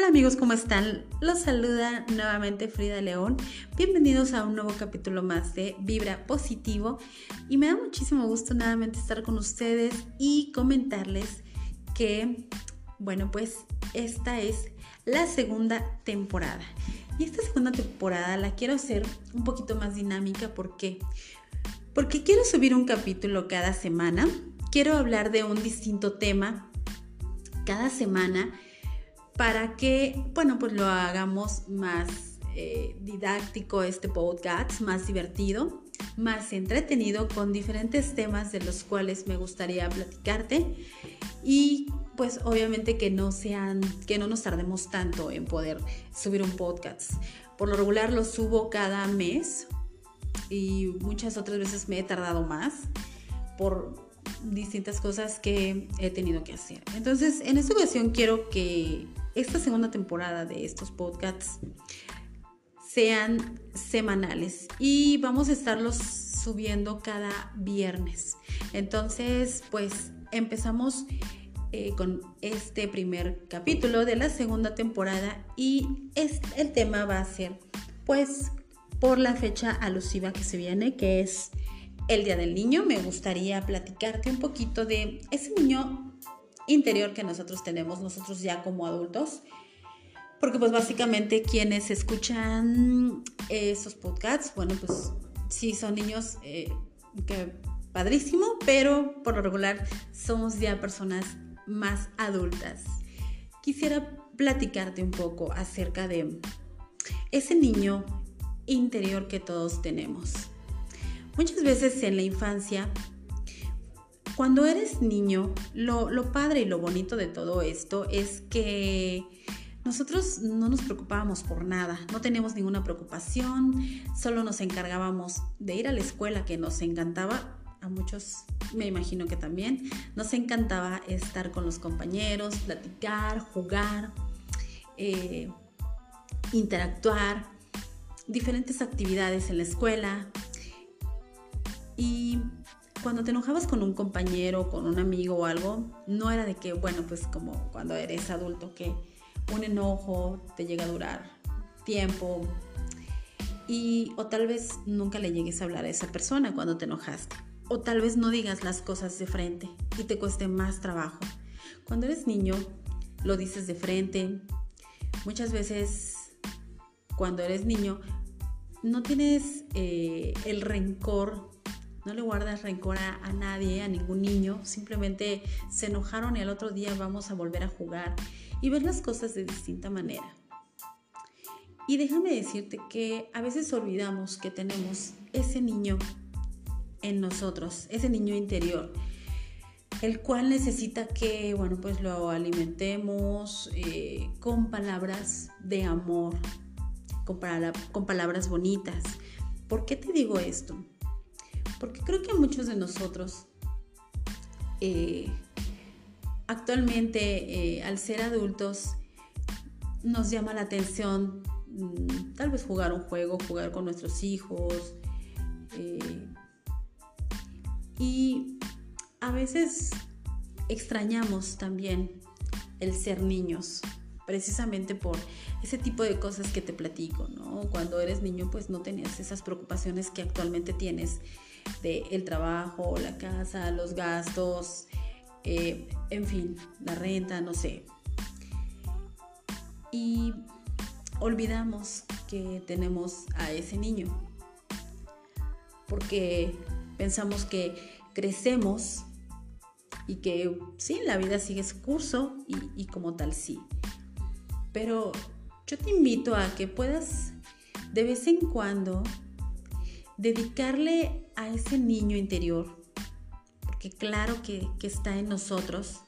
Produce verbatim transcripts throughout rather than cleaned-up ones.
amigos, ¿cómo están? Los saluda nuevamente Frida León. Bienvenidos a un nuevo capítulo más de Vibra Positivo. Y me da muchísimo gusto nuevamente estar con ustedes y comentarles que, bueno, pues esta es la segunda temporada. Y esta segunda temporada la quiero hacer un poquito más dinámica. ¿Por qué? Porque quiero subir un capítulo cada semana. Quiero hablar de un distinto tema cada semana, para que, bueno, pues lo hagamos más eh, didáctico este podcast, más divertido, más entretenido, con diferentes temas de los cuales me gustaría platicarte y pues obviamente que no sean, que no nos tardemos tanto en poder subir un podcast. Por lo regular lo subo cada mes y muchas otras veces me he tardado más por distintas cosas que he tenido que hacer. Entonces, en esta ocasión quiero que esta segunda temporada de estos podcasts sean semanales y vamos a estarlos subiendo cada viernes. Entonces, pues empezamos eh, con este primer capítulo de la segunda temporada y es, el tema va a ser, pues, por la fecha alusiva que se viene, que es el Día del Niño. Me gustaría platicarte un poquito de ese niño interior que nosotros tenemos, nosotros ya como adultos, porque pues básicamente quienes escuchan esos podcasts, bueno, pues sí son niños, eh, que padrísimo, pero por lo regular somos ya personas más adultas. Quisiera platicarte un poco acerca de ese niño interior que todos tenemos. Muchas veces en la infancia, cuando eres niño, lo, lo padre y lo bonito de todo esto es que nosotros no nos preocupábamos por nada, no teníamos ninguna preocupación, solo nos encargábamos de ir a la escuela, que nos encantaba, a muchos me imagino que también, nos encantaba estar con los compañeros, platicar, jugar, eh, interactuar, diferentes actividades en la escuela. Y cuando te enojabas con un compañero, con un amigo o algo, no era de que, bueno, pues como cuando eres adulto, que un enojo te llega a durar tiempo y o tal vez nunca le llegues a hablar a esa persona cuando te enojaste, o tal vez no digas las cosas de frente y te cueste más trabajo. Cuando eres niño, lo dices de frente. Muchas veces, cuando eres niño, no tienes eh, el rencor. No le guardas rencor a, a nadie, a ningún niño. Simplemente se enojaron y al otro día vamos a volver a jugar y ver las cosas de distinta manera. Y déjame decirte que a veces olvidamos que tenemos ese niño en nosotros, ese niño interior, el cual necesita que, bueno, pues lo alimentemos eh, con palabras de amor, con, para, con palabras bonitas. ¿Por qué te digo esto? Porque creo que muchos de nosotros eh, actualmente, eh, al ser adultos, nos llama la atención mmm, tal vez jugar un juego, jugar con nuestros hijos. Eh, y a veces extrañamos también el ser niños, precisamente por ese tipo de cosas que te platico, ¿no? Cuando eres niño, pues no tenías esas preocupaciones que actualmente tienes, de el trabajo, la casa, los gastos, eh, en fin, la renta, no sé. Y olvidamos que tenemos a ese niño, porque pensamos que crecemos y que sí, la vida sigue su curso y, y como tal sí. Pero yo te invito a que puedas de vez en cuando dedicarle a ese niño interior, porque claro que, que está en nosotros,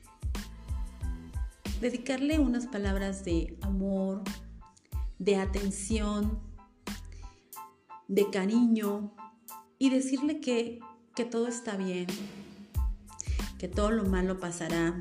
dedicarle unas palabras de amor, de atención, de cariño y decirle que, que todo está bien, que todo lo malo pasará.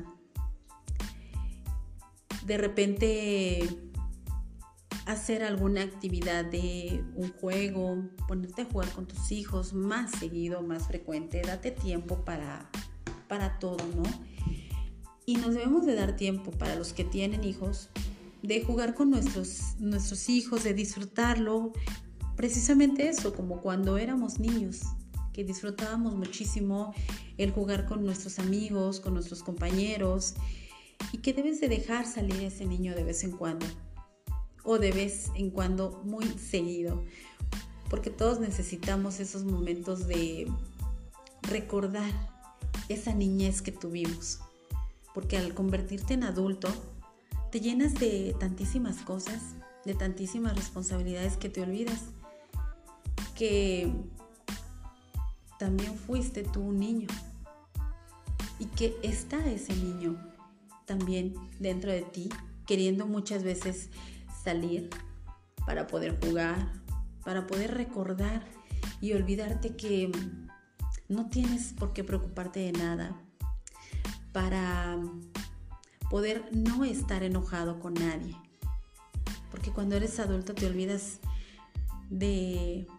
De repente hacer alguna actividad de un juego, ponerte a jugar con tus hijos más seguido, más frecuente, date tiempo para, para todo, ¿no? Y nos debemos de dar tiempo para los que tienen hijos, de jugar con nuestros, nuestros hijos, de disfrutarlo. Precisamente eso, como cuando éramos niños, que disfrutábamos muchísimo el jugar con nuestros amigos, con nuestros compañeros, y que debes de dejar salir a ese niño de vez en cuando, o de vez en cuando muy seguido, porque todos necesitamos esos momentos de recordar esa niñez que tuvimos, porque al convertirte en adulto te llenas de tantísimas cosas, de tantísimas responsabilidades que te olvidas que también fuiste tú un niño y que está ese niño también dentro de ti, queriendo muchas veces salir para poder jugar, para poder recordar y olvidarte que no tienes por qué preocuparte de nada, para poder no estar enojado con nadie, porque cuando eres adulto te olvidas de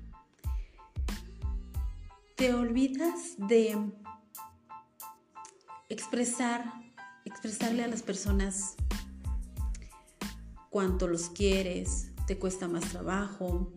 te olvidas de expresar expresarle a las personas cuánto los quieres, te cuesta más trabajo,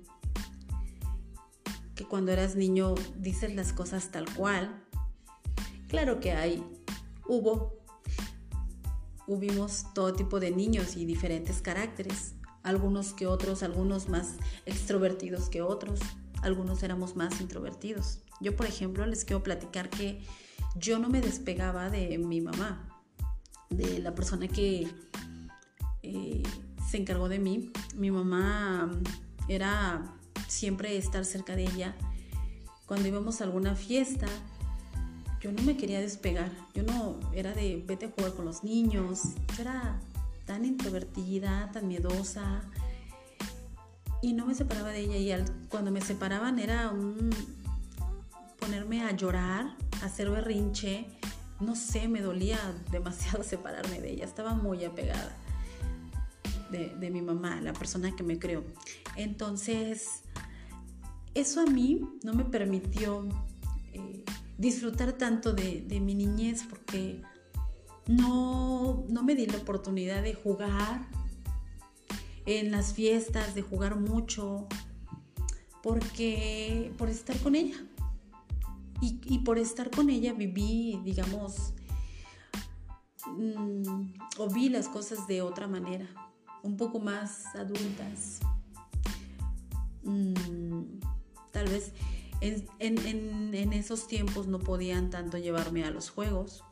que cuando eras niño dices las cosas tal cual. Claro que hay, hubo, hubimos todo tipo de niños y diferentes caracteres, algunos que otros, algunos más extrovertidos que otros, algunos éramos más introvertidos. Yo, por ejemplo, les quiero platicar que yo no me despegaba de mi mamá, de la persona que eh, se encargó de mí. Mi mamá era siempre estar cerca de ella. Cuando íbamos a alguna fiesta, yo no me quería despegar. Yo no era de vete a jugar con los niños. Yo era tan introvertida, tan miedosa, y no me separaba de ella. Y al, cuando me separaban era un ponerme a llorar, a hacer berrinche. No sé, me dolía demasiado separarme de ella. Estaba muy apegada de, de mi mamá, la persona que me creó. Entonces, eso a mí no me permitió eh, disfrutar tanto de, de mi niñez, porque no, no me di la oportunidad de jugar en las fiestas, de jugar mucho, porque por estar con ella. Y, y por estar con ella viví, digamos, mmm, o vi las cosas de otra manera, un poco más adultas. Mm, tal vez en, en, en, en esos tiempos no podían tanto llevarme a los juegos,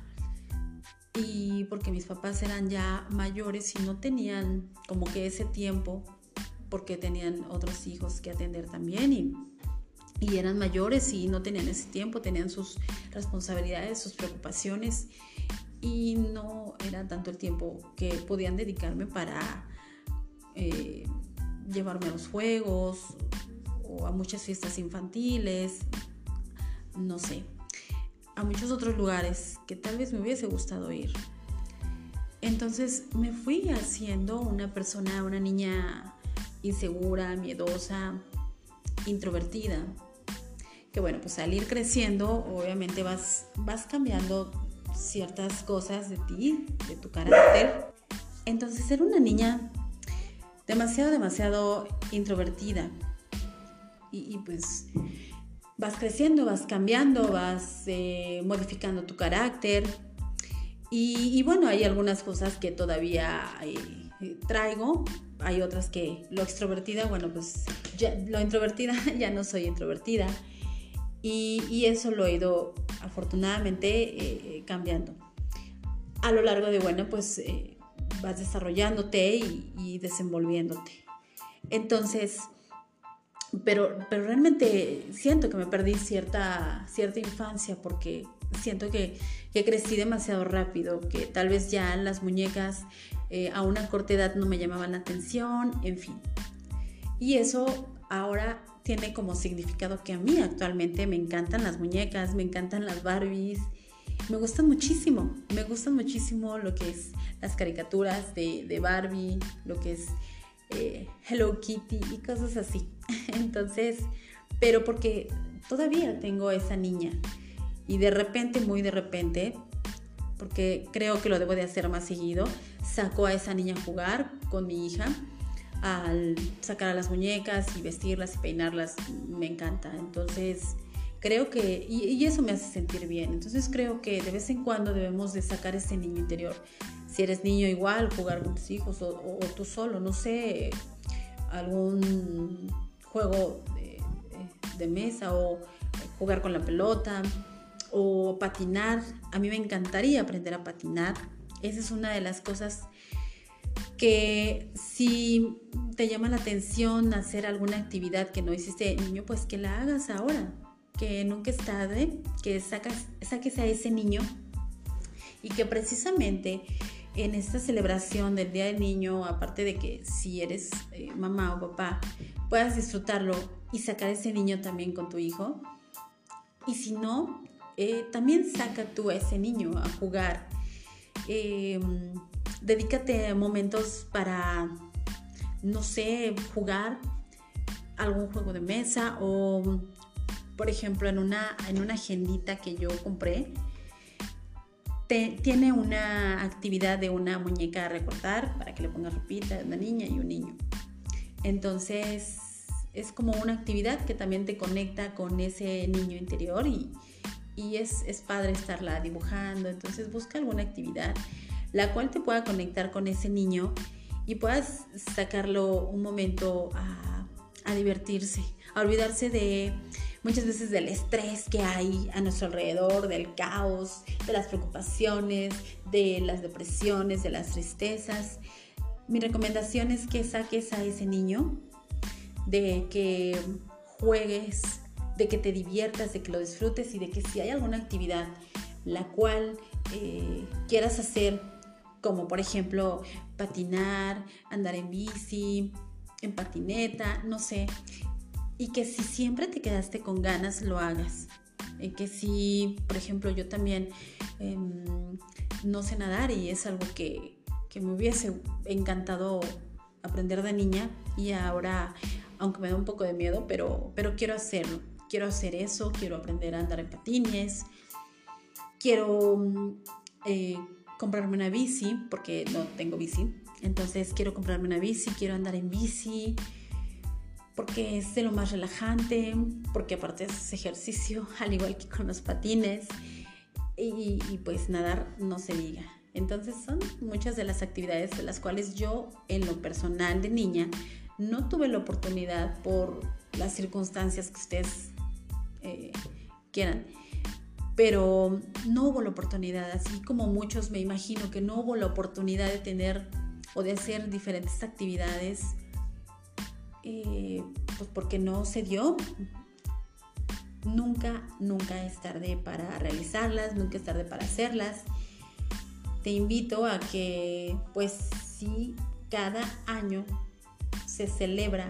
y porque mis papás eran ya mayores y no tenían como que ese tiempo, porque tenían otros hijos que atender también, y y eran mayores y no tenían ese tiempo, tenían sus responsabilidades, sus preocupaciones, y no era tanto el tiempo que podían dedicarme para eh, llevarme a los juegos o a muchas fiestas infantiles, no sé, a muchos otros lugares que tal vez me hubiese gustado ir. Entonces me fui haciendo una persona, una niña insegura, miedosa, introvertida, que bueno, pues al ir creciendo obviamente vas, vas cambiando ciertas cosas de ti, de tu carácter. Entonces era una niña demasiado, demasiado introvertida, y, y pues vas creciendo, vas cambiando, vas eh, modificando tu carácter, y, y bueno, hay algunas cosas que todavía eh, traigo. Hay otras que lo extrovertida, bueno, pues ya, lo introvertida, ya no soy introvertida, y, y eso lo he ido afortunadamente eh, cambiando a lo largo de, bueno, pues eh, vas desarrollándote y, y desenvolviéndote. Entonces, pero, pero realmente siento que me perdí cierta, cierta infancia, porque siento que, que crecí demasiado rápido, que tal vez ya las muñecas eh, a una corta edad no me llamaban la atención, en fin. Y eso ahora tiene como significado que a mí actualmente me encantan las muñecas, me encantan las Barbies, me gustan muchísimo, me gustan muchísimo lo que es las caricaturas de, de Barbie, lo que es eh, Hello Kitty y cosas así. Entonces, pero porque todavía tengo esa niña, y de repente, muy de repente, porque creo que lo debo de hacer más seguido. Saco a esa niña a jugar con mi hija, al sacar a las muñecas y vestirlas y peinarlas, me encanta. Entonces creo que, y, y eso me hace sentir bien. Entonces creo que de vez en cuando debemos de sacar ese niño interior. Si eres niño, igual, jugar con tus hijos o, o, o tú solo, no sé, algún juego de, de mesa o jugar con la pelota o patinar. A mí me encantaría aprender a patinar. Esa es una de las cosas que si te llama la atención hacer alguna actividad que no hiciste de niño, pues que la hagas ahora, que nunca es tarde, que sacas, saques a ese niño y que precisamente en esta celebración del Día del Niño, aparte de que si eres eh, mamá o papá, puedas disfrutarlo y sacar a ese niño también con tu hijo. Y si no, eh, también saca tú a ese niño a jugar. Eh, dedícate momentos para, no sé, jugar algún juego de mesa o, por ejemplo, en una, en una agendita que yo compré, Te, tiene una actividad de una muñeca a recortar para que le pongas ropita, una niña y un niño. Entonces es como una actividad que también te conecta con ese niño interior y, y es, es padre estarla dibujando. Entonces busca alguna actividad la cual te pueda conectar con ese niño y puedas sacarlo un momento a, a divertirse, a olvidarse de muchas veces del estrés que hay a nuestro alrededor, del caos, de las preocupaciones, de las depresiones, de las tristezas. Mi recomendación es que saques a ese niño, de que juegues, de que te diviertas, de que lo disfrutes y de que si hay alguna actividad la cual eh, quieras hacer, como por ejemplo patinar, andar en bici, en patineta, no sé, y que si siempre te quedaste con ganas, lo hagas. Y que si, por ejemplo, yo también eh, no sé nadar y es algo que, que me hubiese encantado aprender de niña y ahora, aunque me da un poco de miedo, pero, pero quiero hacerlo. Quiero hacer eso, quiero aprender a andar en patines, quiero eh, comprarme una bici, porque no tengo bici. Entonces quiero comprarme una bici, quiero andar en bici, porque es de lo más relajante, porque aparte es ejercicio, al igual que con los patines, y, y pues nadar no se diga. Entonces son muchas de las actividades de las cuales yo, en lo personal de niña, no tuve la oportunidad por las circunstancias que ustedes eh, quieran, pero no hubo la oportunidad, así como muchos me imagino que no hubo la oportunidad de tener o de hacer diferentes actividades, Eh, pues porque no se dio. Nunca, nunca es tarde para realizarlas, nunca es tarde para hacerlas. Te invito a que, pues si cada año se celebra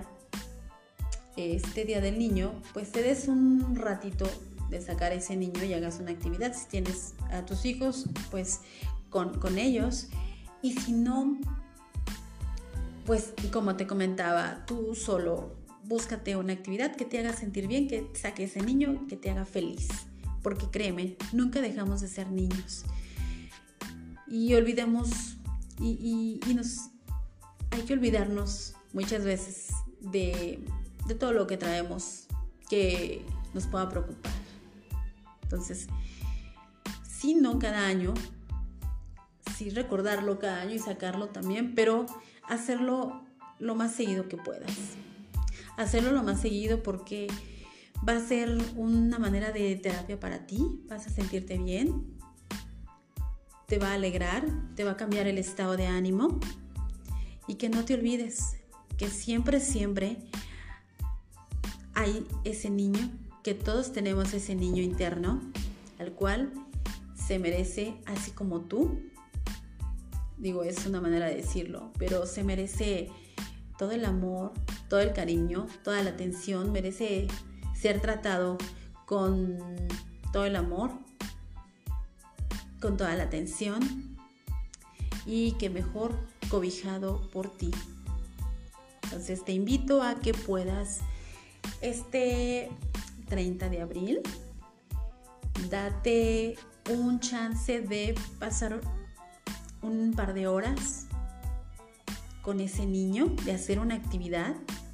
este Día del Niño, pues te des un ratito de sacar a ese niño y hagas una actividad. Si tienes a tus hijos, pues con, con ellos. Y si no, pues como te comentaba, tú solo búscate una actividad que te haga sentir bien, que saque ese niño, que te haga feliz. Porque créeme, nunca dejamos de ser niños. Y olvidemos, y, y, y nos, hay que olvidarnos muchas veces de, de todo lo que traemos que nos pueda preocupar. Entonces, si no cada año, sí recordarlo cada año y sacarlo también, pero hacerlo lo más seguido que puedas. Hacerlo lo más seguido porque va a ser una manera de terapia para ti. Vas a sentirte bien, te va a alegrar, te va a cambiar el estado de ánimo y que no te olvides que siempre, siempre hay ese niño, que todos tenemos ese niño interno al cual se merece, así como tú. Digo, es una manera de decirlo, pero se merece todo el amor, todo el cariño, toda la atención, merece ser tratado con todo el amor, con toda la atención y que mejor cobijado por ti. Entonces te invito a que puedas este treinta de abril date un chance de pasar un par de horas con ese niño, de hacer una actividad,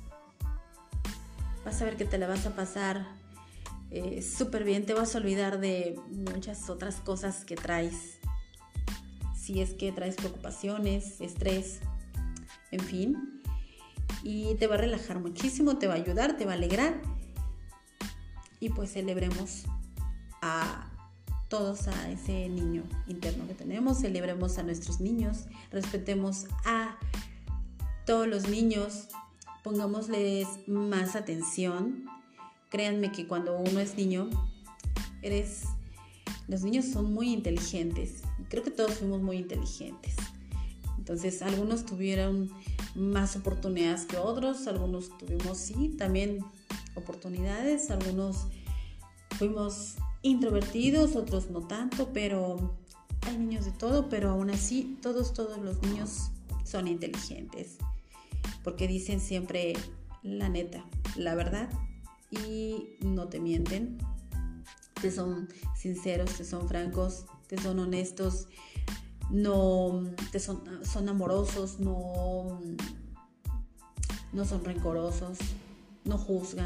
vas a ver que te la vas a pasar eh, súper bien, te vas a olvidar de muchas otras cosas que traes, si es que traes preocupaciones, estrés, en fin, y te va a relajar muchísimo, te va a ayudar, te va a alegrar, y pues celebremos a todos a ese niño interno que tenemos, celebremos a nuestros niños, respetemos a todos los niños, pongámosles más atención. Créanme que cuando uno es niño, eres, los niños son muy inteligentes. Creo que todos fuimos muy inteligentes. Entonces, algunos tuvieron más oportunidades que otros, algunos tuvimos, sí, también oportunidades, algunos fuimos introvertidos, otros no tanto, pero hay niños de todo, pero aún así, todos, todos los niños son inteligentes, porque dicen siempre la neta, la verdad, y no te mienten, te son sinceros, te son francos, te son honestos, no te son, son amorosos, no, no son rencorosos, no juzgan.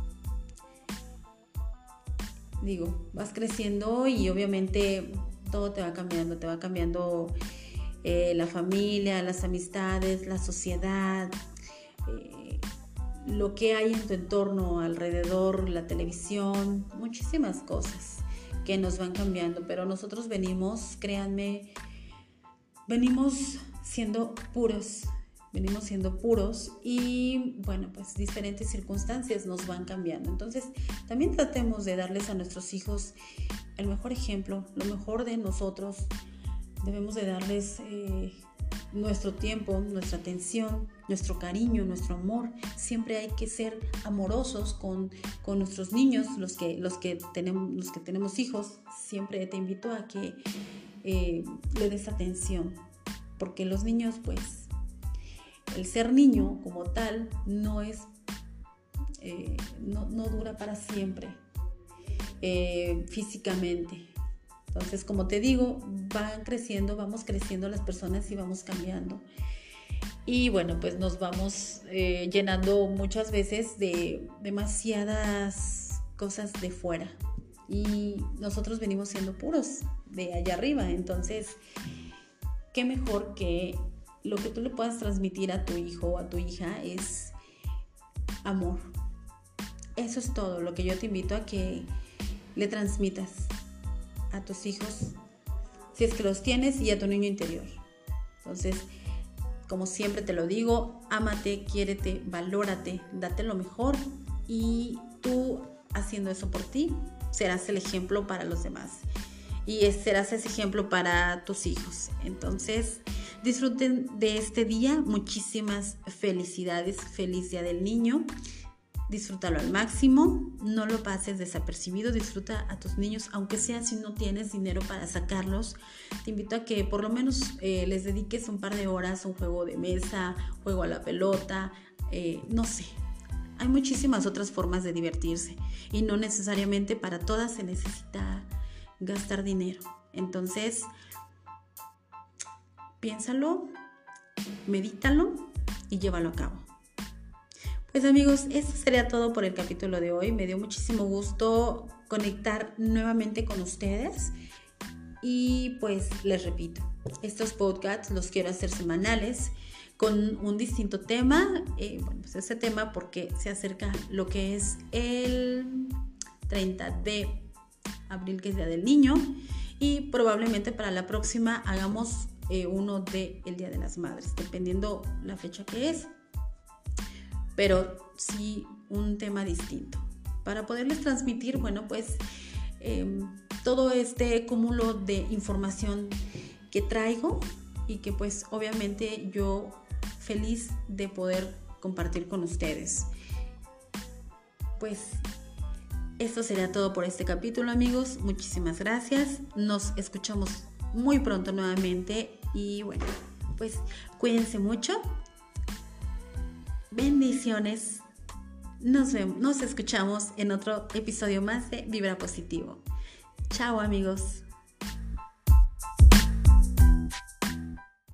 Digo, vas creciendo y obviamente todo te va cambiando, te va cambiando eh, la familia, las amistades, la sociedad, eh, lo que hay en tu entorno alrededor, la televisión, muchísimas cosas que nos van cambiando, pero nosotros venimos, créanme, venimos siendo puros, venimos siendo puros y bueno, pues diferentes circunstancias nos van cambiando. Entonces, también tratemos de darles a nuestros hijos el mejor ejemplo, lo mejor de nosotros. Debemos de darles eh, nuestro tiempo, nuestra atención, nuestro cariño, nuestro amor. Siempre hay que ser amorosos con, con nuestros niños, los que, los, que tenemos, los que tenemos hijos. Siempre te invito a que eh, le des atención, porque los niños, pues, el ser niño como tal no es, eh, no, no dura para siempre eh, físicamente. Entonces, como te digo, van creciendo, vamos creciendo las personas y vamos cambiando. Y bueno, pues nos vamos eh, llenando muchas veces de demasiadas cosas de fuera. Y nosotros venimos siendo puros de allá arriba. Entonces, qué mejor que lo que tú le puedas transmitir a tu hijo o a tu hija es amor. Eso es todo lo que yo te invito a que le transmitas a tus hijos, si es que los tienes, y a tu niño interior. Entonces, como siempre te lo digo, ámate, quiérete, valórate, date lo mejor, y tú haciendo eso por ti, serás el ejemplo para los demás y serás ese ejemplo para tus hijos. Entonces, disfruten de este día, muchísimas felicidades, feliz Día del Niño. Disfrútalo al máximo, no lo pases desapercibido, disfruta a tus niños, aunque sea si no tienes dinero para sacarlos. Te invito a que por lo menos eh, les dediques un par de horas a un juego de mesa, juego a la pelota, eh, no sé. Hay muchísimas otras formas de divertirse y no necesariamente para todas se necesita gastar dinero. Entonces, piénsalo, medítalo y llévalo a cabo. Pues amigos, eso sería todo por el capítulo de hoy. Me dio muchísimo gusto conectar nuevamente con ustedes. Y pues les repito, estos podcasts los quiero hacer semanales con un distinto tema. Eh, bueno, pues ese tema porque se acerca lo que es el treinta de abril, que es Día del Niño. Y probablemente para la próxima hagamos eh, uno del Día de las Madres, dependiendo la fecha que es. Pero sí un tema distinto para poderles transmitir, bueno, pues eh, todo este cúmulo de información que traigo y que pues obviamente yo feliz de poder compartir con ustedes. Pues esto sería todo por este capítulo, amigos. Muchísimas gracias. Nos escuchamos muy pronto nuevamente y bueno, pues cuídense mucho. Bendiciones. Nos vemos, nos escuchamos en otro episodio más de Vibra Positivo. Chao, amigos.